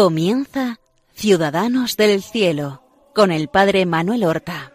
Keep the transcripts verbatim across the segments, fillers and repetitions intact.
Comienza Ciudadanos del Cielo con el Padre Manuel Horta.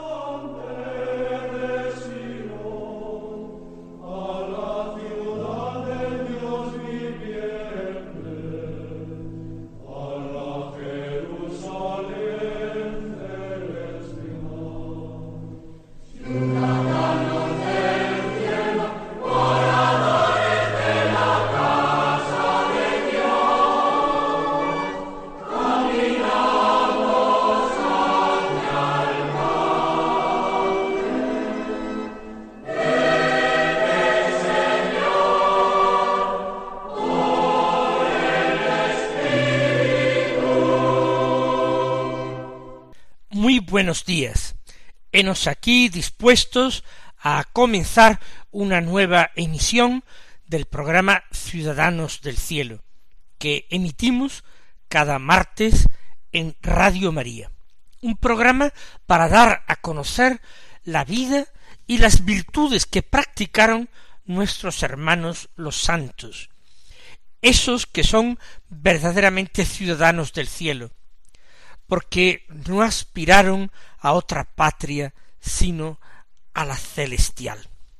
Muy buenos días. Henos aquí dispuestos a comenzar una nueva emisión del programa Ciudadanos del Cielo, que emitimos cada martes en Radio María. Un programa para dar a conocer la vida y las virtudes que practicaron nuestros hermanos los santos, esos que son verdaderamente ciudadanos del cielo, porque no aspiraron a otra patria sino a la celestial.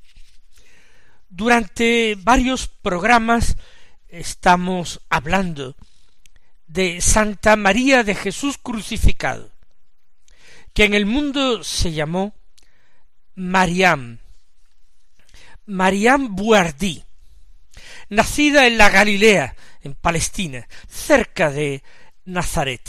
Durante varios programas estamos hablando de Santa María de Jesús crucificado, que en el mundo se llamó Mariam, Mariam Buardí, nacida en la Galilea, en Palestina, cerca de Nazaret,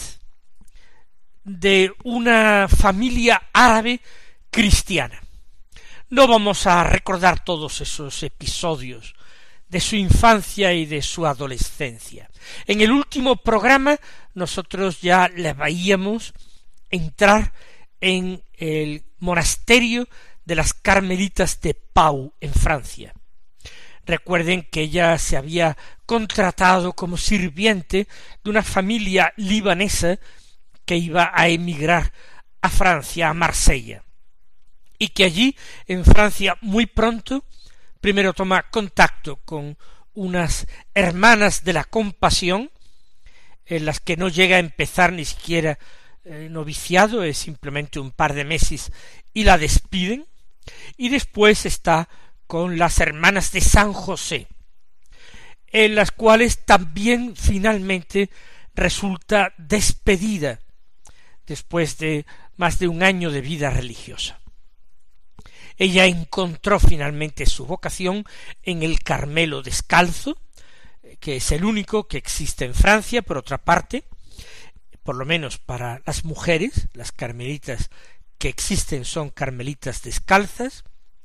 de una familia árabe cristiana. No vamos a recordar todos esos episodios de su infancia y de su adolescencia. En el último programa nosotros ya le veíamos entrar en el monasterio de las Carmelitas de Pau, en Francia. Recuerden que ella se había contratado como sirviente de una familia libanesa que iba a emigrar a Francia, a Marsella, y que allí, en Francia, muy pronto, primero toma contacto con unas hermanas de la Compasión, en las que no llega a empezar ni siquiera eh, noviciado, es simplemente un par de meses, y la despiden, y después está con las hermanas de San José, en las cuales también finalmente resulta despedida, después de más de un año de vida religiosa. Ella encontró finalmente su vocación en el Carmelo descalzo, que es el único que existe en Francia, por otra parte, por lo menos para las mujeres. Las carmelitas que existen son carmelitas descalzas,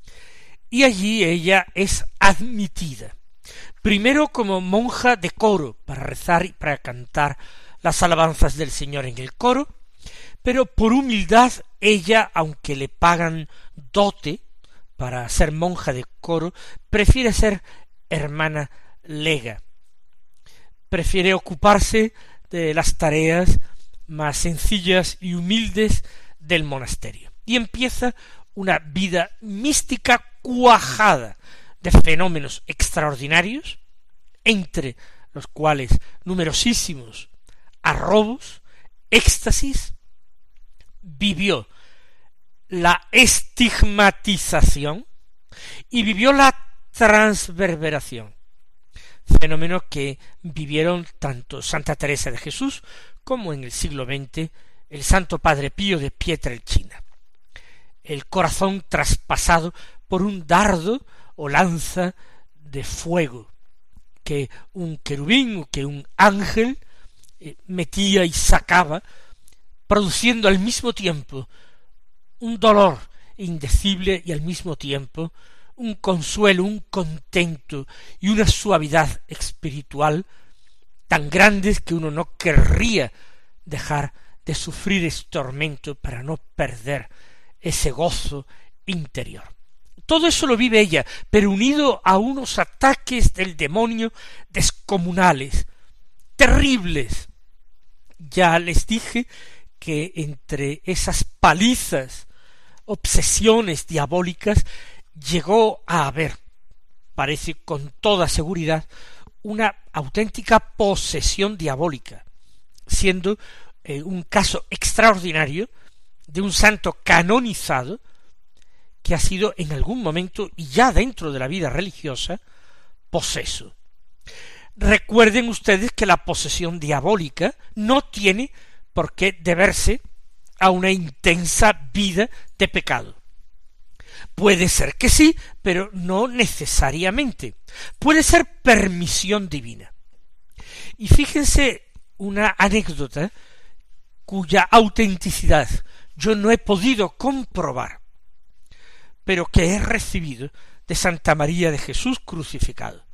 y allí ella es admitida, primero como monja de coro, para rezar y para cantar las alabanzas del Señor en el coro, pero por humildad ella, aunque le pagan dote para ser monja de coro, prefiere ser hermana lega, prefiere ocuparse de las tareas más sencillas y humildes del monasterio, y empieza una vida mística cuajada de fenómenos extraordinarios, entre los cuales numerosísimos arrobos, éxtasis. Vivió la estigmatización y vivió la transverberación, fenómeno que vivieron tanto Santa Teresa de Jesús como en el siglo veinte el Santo Padre Pío de Pietrelcina. El corazón traspasado por un dardo o lanza de fuego que un querubín o que un ángel eh, metía y sacaba, produciendo al mismo tiempo un dolor indecible y al mismo tiempo un consuelo, un contento y una suavidad espiritual tan grandes que uno no querría dejar de sufrir ese tormento para no perder ese gozo interior. Todo eso lo vive ella, pero unido a unos ataques del demonio descomunales, terribles. Ya les dije que entre esas palizas, obsesiones diabólicas, llegó a haber, parece con toda seguridad, una auténtica posesión diabólica siendo eh, un caso extraordinario de un santo canonizado que ha sido en algún momento, y ya dentro de la vida religiosa, poseso. Recuerden ustedes que la posesión diabólica no tiene por qué deberse a una intensa vida de pecado. Puede ser que sí, pero no necesariamente. Puede ser permisión divina. Y fíjense una anécdota cuya autenticidad yo no he podido comprobar, pero que he recibido de Santa María de Jesús crucificado,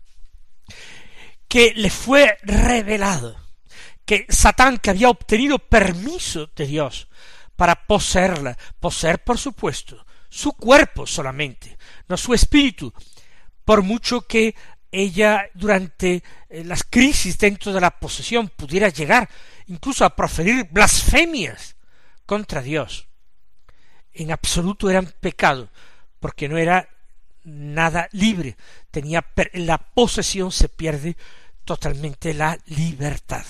que le fue revelado que Satán, que había obtenido permiso de Dios para poseerla, poseer por supuesto su cuerpo solamente, no su espíritu, por mucho que ella durante las crisis dentro de la posesión pudiera llegar incluso a proferir blasfemias contra Dios, en absoluto eran pecado, porque no era nada libre, tenía en la posesión se pierde totalmente la libertad.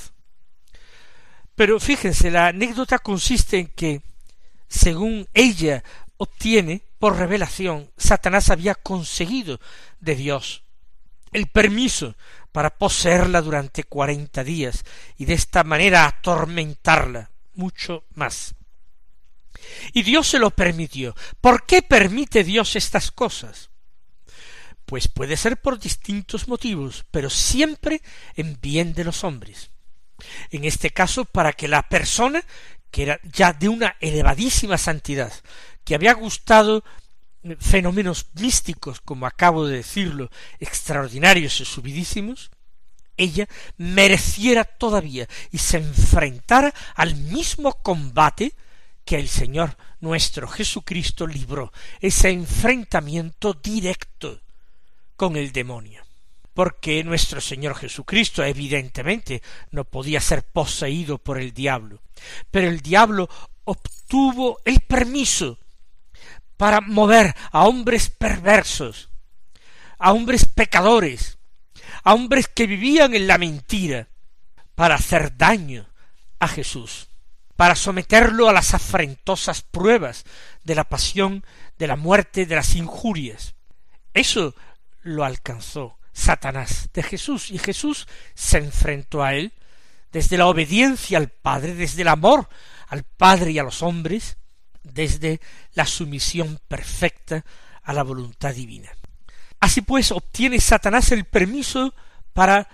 Pero fíjense, la anécdota consiste en que, según ella obtiene por revelación, Satanás había conseguido de Dios el permiso para poseerla durante cuarenta días y de esta manera atormentarla mucho más. Y Dios se lo permitió. ¿Por qué permite Dios estas cosas? Pues puede ser por distintos motivos, pero siempre en bien de los hombres. En este caso, para que la persona, que era ya de una elevadísima santidad, que había gustado fenómenos místicos, como acabo de decirlo, extraordinarios y subidísimos, ella mereciera todavía y se enfrentara al mismo combate que el Señor nuestro Jesucristo libró, ese enfrentamiento directo con el demonio. Porque nuestro Señor Jesucristo evidentemente no podía ser poseído por el diablo, pero el diablo obtuvo el permiso para mover a hombres perversos, a hombres pecadores, a hombres que vivían en la mentira, para hacer daño a Jesús, para someterlo a las afrentosas pruebas de la pasión, de la muerte, de las injurias. Eso lo alcanzó Satanás de Jesús, y Jesús se enfrentó a él desde la obediencia al Padre, desde el amor al Padre y a los hombres, desde la sumisión perfecta a la voluntad divina. Así pues, obtiene Satanás el permiso para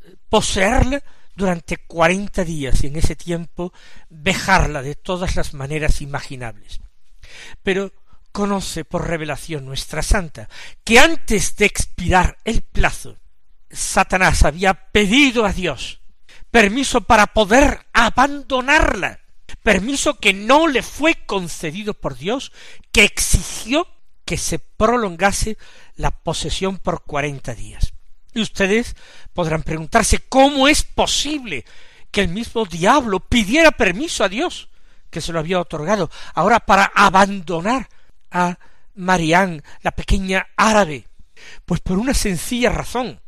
poseerla durante cuarenta días y en ese tiempo vejarla de todas las maneras imaginables. Pero conoce por revelación nuestra santa que antes de expirar el plazo, Satanás había pedido a Dios permiso para poder abandonarla, permiso que no le fue concedido por Dios, que exigió que se prolongase la posesión por cuarenta días. Y ustedes podrán preguntarse cómo es posible que el mismo diablo pidiera permiso a Dios, que se lo había otorgado, ahora para abandonar a Marián, la pequeña árabe. Pues por una sencilla razón,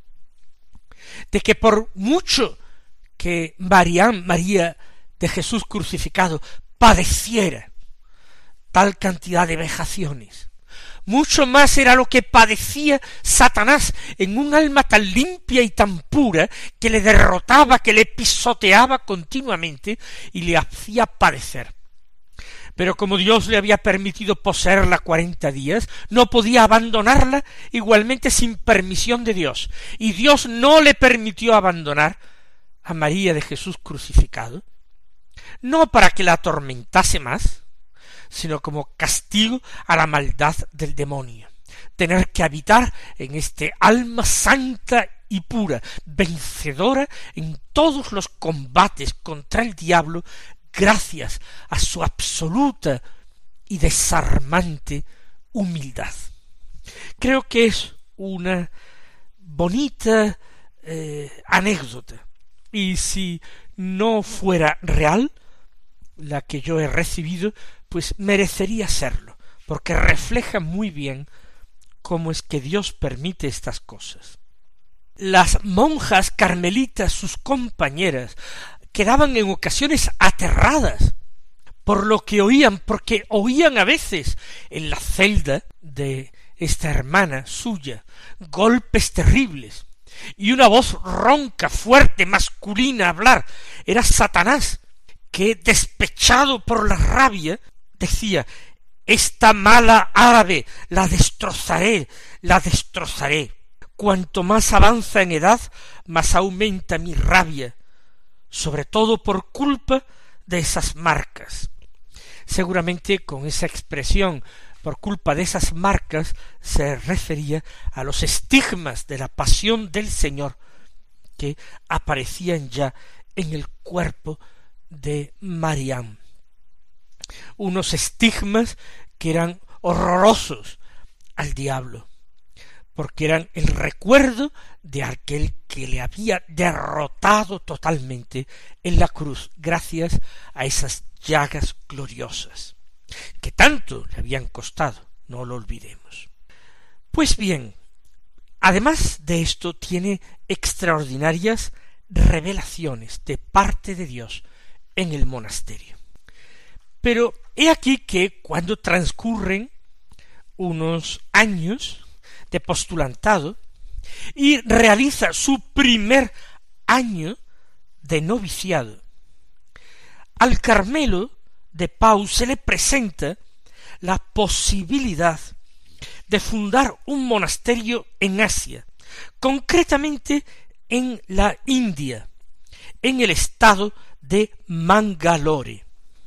de que por mucho que Marián, María de Jesús crucificado, padeciera tal cantidad de vejaciones, mucho más era lo que padecía Satanás en un alma tan limpia y tan pura que le derrotaba, que le pisoteaba continuamente y le hacía padecer. Pero como Dios le había permitido poseerla cuarenta días, no podía abandonarla igualmente sin permisión de Dios, y Dios no le permitió abandonar a María de Jesús crucificado, no para que la atormentase más, sino como castigo a la maldad del demonio, tener que habitar en este alma santa y pura, vencedora en todos los combates contra el diablo, gracias a su absoluta y desarmante humildad. Creo que es una bonita eh, anécdota, y si no fuera real la que yo he recibido, pues merecería serlo, porque refleja muy bien cómo es que Dios permite estas cosas. Las monjas carmelitas, sus compañeras, quedaban en ocasiones aterradas por lo que oían, porque oían a veces en la celda de esta hermana suya golpes terribles y una voz ronca, fuerte, masculina hablar. Era Satanás, que despechado por la rabia decía: esta mala árabe la destrozaré, la destrozaré. Cuanto más avanza en edad, más aumenta mi rabia, sobre todo por culpa de esas marcas. Seguramente con esa expresión, por culpa de esas marcas, se refería a los estigmas de la pasión del Señor que aparecían ya en el cuerpo de Mariam. Unos estigmas que eran horrorosos al diablo, porque eran el recuerdo de aquel que le había derrotado totalmente en la cruz, gracias a esas llagas gloriosas, que tanto le habían costado, no lo olvidemos. Pues bien, además de esto, tiene extraordinarias revelaciones de parte de Dios en el monasterio. Pero he aquí que cuando transcurren unos años de postulantado y realiza su primer año de noviciado, al Carmelo de Pau se le presenta la posibilidad de fundar un monasterio en Asia, concretamente en la India, en el estado de Mangalore.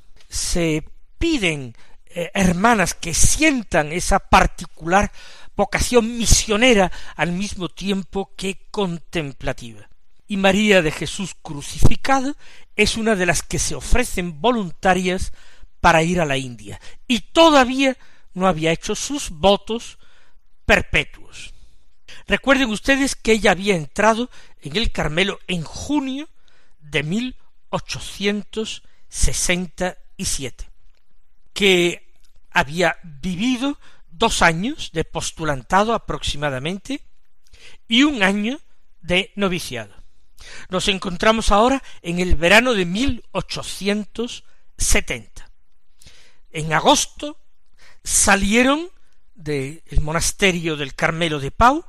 Se piden eh, hermanas que sientan esa particular vocación misionera al mismo tiempo que contemplativa. Y María de Jesús crucificado es una de las que se ofrecen voluntarias para ir a la India, y todavía no había hecho sus votos perpetuos. Recuerden ustedes que ella había entrado en el Carmelo en junio de mil ochocientos sesenta y siete, que había vivido dos años de postulantado aproximadamente y un año de noviciado. Nos encontramos ahora en el verano de mil ochocientos setenta. En agosto salieron del monasterio del Carmelo de Pau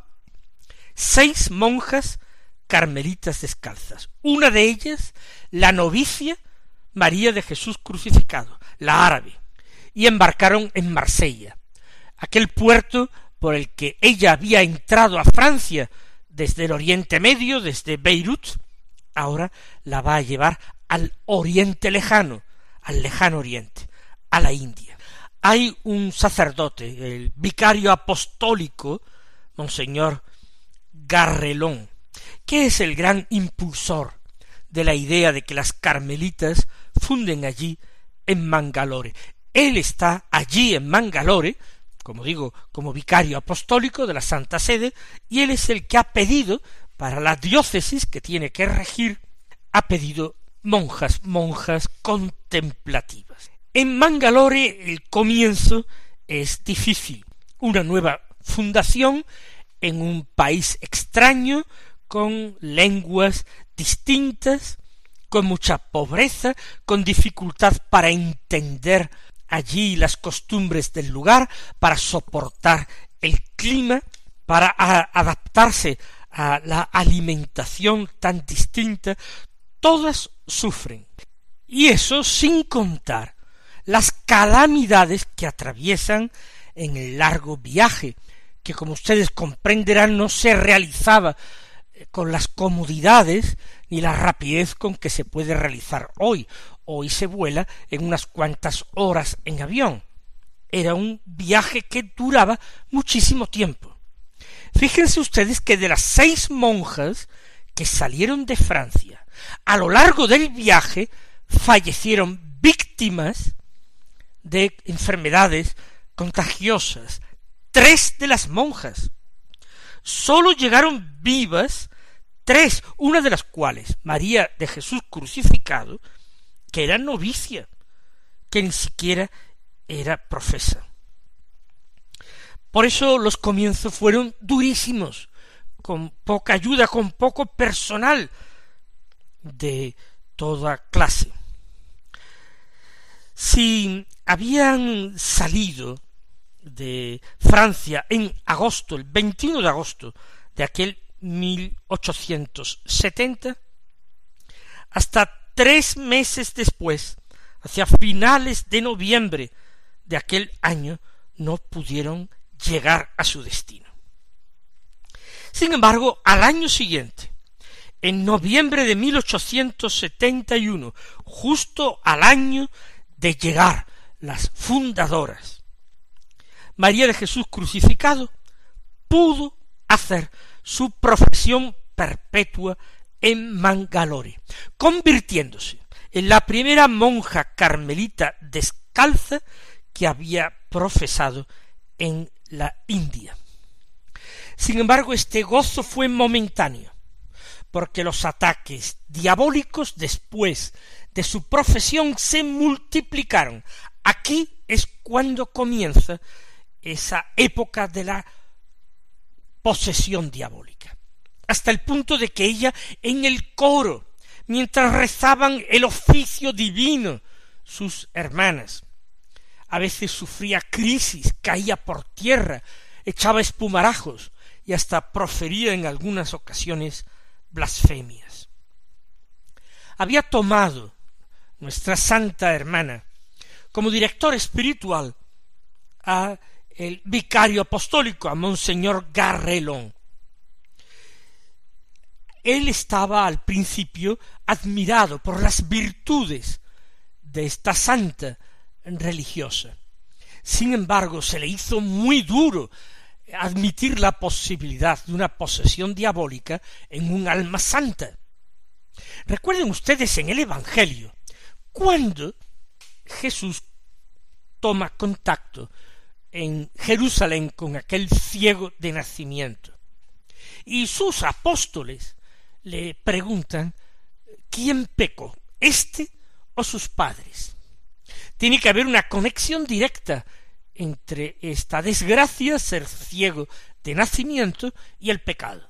seis monjas carmelitas descalzas, una de ellas la novicia María de Jesús crucificado, la árabe, y embarcaron en Marsella, aquel puerto por el que ella había entrado a Francia desde el Oriente Medio, desde Beirut. Ahora la va a llevar al Oriente Lejano, al Lejano Oriente, a la India. Hay un sacerdote, el vicario apostólico, Monseñor Garrelón, que es el gran impulsor de la idea de que las carmelitas funden allí en Mangalore. Él está allí en Mangalore, como digo, como vicario apostólico de la Santa Sede, y él es el que ha pedido, para la diócesis que tiene que regir, ha pedido monjas, monjas contemplativas. En Mangalore el comienzo es difícil, una nueva fundación en un país extraño, con lenguas distintas, con mucha pobreza, con dificultad para entender allí las costumbres del lugar, para soportar el clima, para a, adaptarse a la alimentación tan distinta. Todas sufren, y eso sin contar las calamidades que atraviesan en el largo viaje, que como ustedes comprenderán no se realizaba con las comodidades ni la rapidez con que se puede realizar hoy. Hoy se vuela en unas cuantas horas en avión. Era un viaje que duraba muchísimo tiempo. Fíjense ustedes que de las seis monjas que salieron de Francia, a lo largo del viaje fallecieron víctimas de enfermedades contagiosas. Tres de las monjas. Sólo llegaron vivas tres, una de las cuales, María de Jesús crucificado, que era novicia, que ni siquiera era profesa. Por eso los comienzos fueron durísimos, con poca ayuda, con poco personal de toda clase. Si habían salido de Francia en agosto, el veintiuno de agosto de aquel mil ochocientos setenta, hasta tres meses después, hacia finales de noviembre de aquel año, no pudieron llegar a su destino. Sin embargo, al año siguiente, en noviembre de mil ochocientos setenta y uno, justo al año de llegar las fundadoras, María de Jesús crucificado pudo hacer su profesión perpetua en Mangalore, convirtiéndose en la primera monja carmelita descalza que había profesado en la India. Sin embargo, este gozo fue momentáneo, porque los ataques diabólicos después de su profesión se multiplicaron. Aquí es cuando comienza esa época de la posesión diabólica, hasta el punto de que ella en el coro, mientras rezaban el oficio divino, sus hermanas, a veces sufría crisis, caía por tierra, echaba espumarajos y hasta profería en algunas ocasiones blasfemias. Había tomado nuestra santa hermana como director espiritual a el vicario apostólico, a Monseñor Garrelón. Él estaba al principio admirado por las virtudes de esta santa religiosa. Sin embargo, se le hizo muy duro admitir la posibilidad de una posesión diabólica en un alma santa. Recuerden ustedes en el Evangelio, cuando Jesús toma contacto en Jerusalén con aquel ciego de nacimiento, y sus apóstoles le preguntan, ¿quién pecó, éste o sus padres? Tiene que haber una conexión directa entre esta desgracia, ser ciego de nacimiento, y el pecado.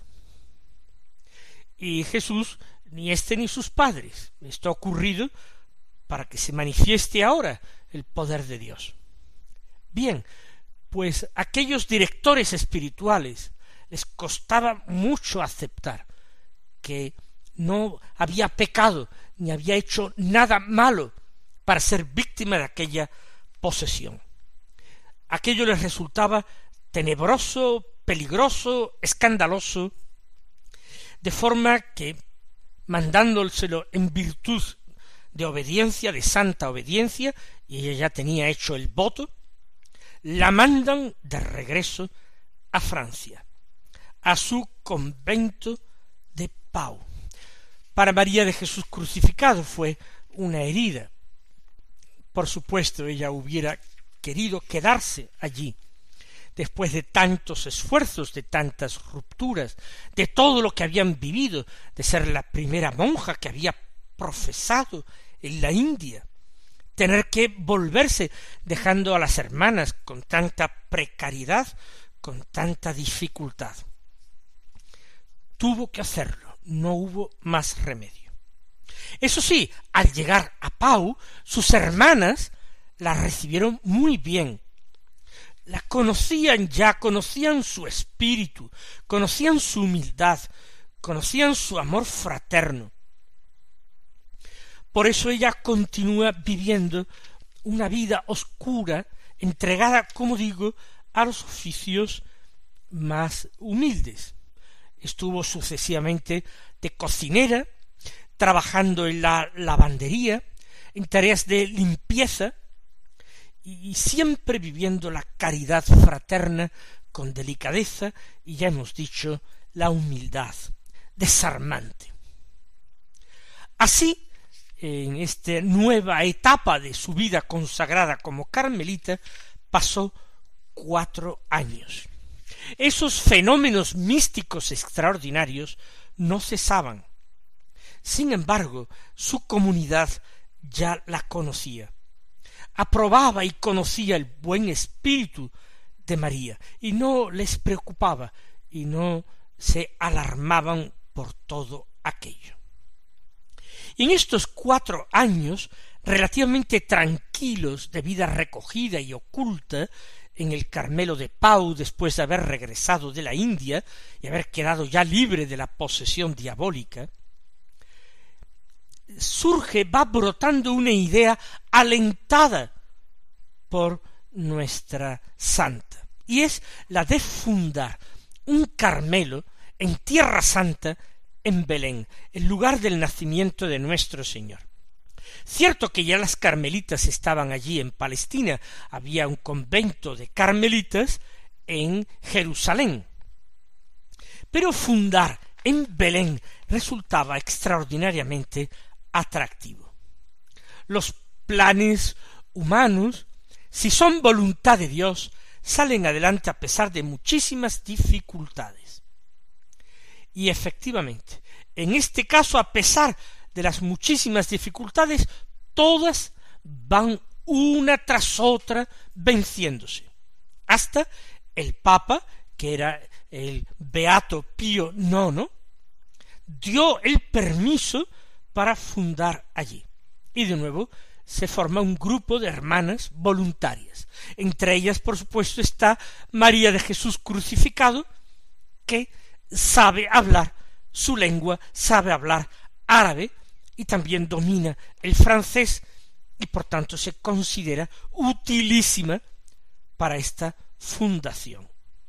Y Jesús, ni éste ni sus padres. Esto ha ocurrido para que se manifieste ahora el poder de Dios. Bien, pues aquellos directores espirituales les costaba mucho aceptar que no había pecado ni había hecho nada malo para ser víctima de aquella posesión. Aquello les resultaba tenebroso, peligroso, escandaloso, de forma que, mandándoselo en virtud de obediencia, de santa obediencia, y ella ya tenía hecho el voto, la mandan de regreso a Francia, a su convento de Pau. Para María de Jesús crucificado fue una herida. Por supuesto, ella hubiera querido quedarse allí, después de tantos esfuerzos, de tantas rupturas, de todo lo que habían vivido, de ser la primera monja que había profesado en la India, tener que volverse dejando a las hermanas con tanta precariedad, con tanta dificultad. Tuvo que hacerlo, no hubo más remedio. Eso sí, al llegar a Pau, sus hermanas la recibieron muy bien. La conocían ya, conocían su espíritu, conocían su humildad, conocían su amor fraterno. Por eso ella continúa viviendo una vida oscura, entregada, como digo, a los oficios más humildes. Estuvo sucesivamente de cocinera, trabajando en la lavandería, en tareas de limpieza, y siempre viviendo la caridad fraterna con delicadeza y, ya hemos dicho, la humildad desarmante. Así, en esta nueva etapa de su vida consagrada como carmelita, pasó cuatro años. Esos fenómenos místicos extraordinarios no cesaban. Sin embargo, su comunidad ya la conocía. Aprobaba y conocía el buen espíritu de María, y no les preocupaba, y no se alarmaban por todo aquello. Y en estos cuatro años, relativamente tranquilos de vida recogida y oculta, en el Carmelo de Pau, después de haber regresado de la India y haber quedado ya libre de la posesión diabólica, surge, va brotando una idea alentada por nuestra santa, y es la de fundar un Carmelo en Tierra Santa, en Belén, el lugar del nacimiento de nuestro Señor. Cierto que ya las carmelitas estaban allí en Palestina, había un convento de carmelitas en Jerusalén, pero fundar en Belén resultaba extraordinariamente atractivo. Los planes humanos, si son voluntad de Dios, salen adelante a pesar de muchísimas dificultades. Y efectivamente, en este caso, a pesar de las muchísimas dificultades, todas van una tras otra venciéndose, hasta el Papa, que era el Beato Pío nono, dio el permiso para fundar allí. Y de nuevo se forma un grupo de hermanas voluntarias. Entre ellas, por supuesto, está María de Jesús crucificado, que sabe hablar su lengua, sabe hablar árabe, y también domina el francés, y por tanto se considera utilísima para esta fundación.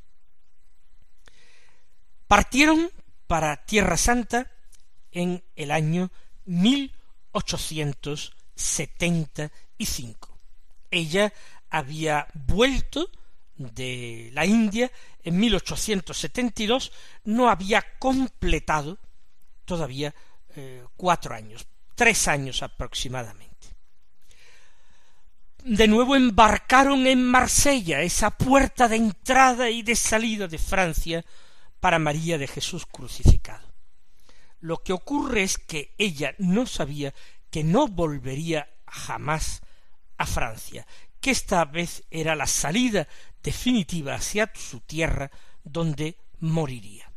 Partieron para Tierra Santa en el año mil ochocientos setenta y cinco. Ella había vuelto de la India en mil ochocientos setenta y dos, no había completado todavía eh, cuatro años, tres años aproximadamente. De nuevo embarcaron en Marsella, esa puerta de entrada y de salida de Francia para María de Jesús crucificado. Lo que ocurre es que ella no sabía que no volvería jamás a Francia, que esta vez era la salida definitiva hacia su tierra, donde moriría.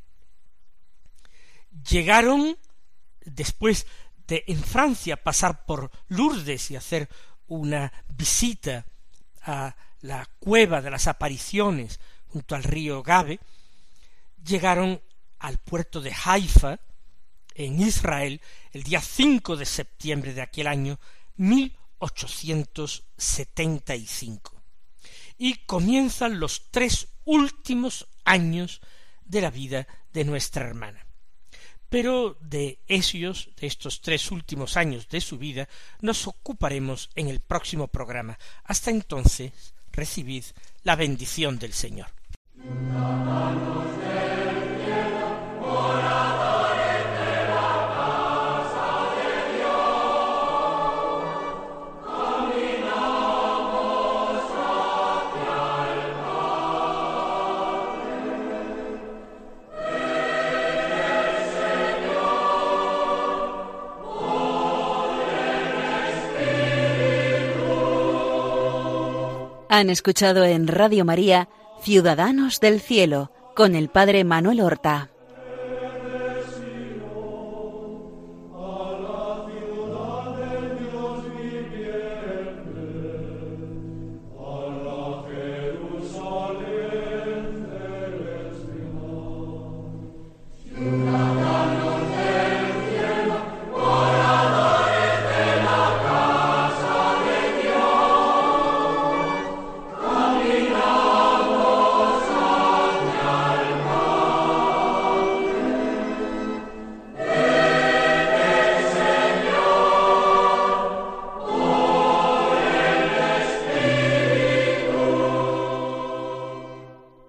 Llegaron, después de en Francia pasar por Lourdes y hacer una visita a la cueva de las apariciones junto al río Gabe, llegaron al puerto de Haifa, en Israel, el día cinco de septiembre de aquel año mil ochocientos setenta y cinco. Y comienzan los tres últimos años de la vida de nuestra hermana. Pero de esos, de estos tres últimos años de su vida, nos ocuparemos en el próximo programa. Hasta entonces, recibid la bendición del Señor. Han escuchado en Radio María Ciudadanos del Cielo con el Padre Manuel Horta.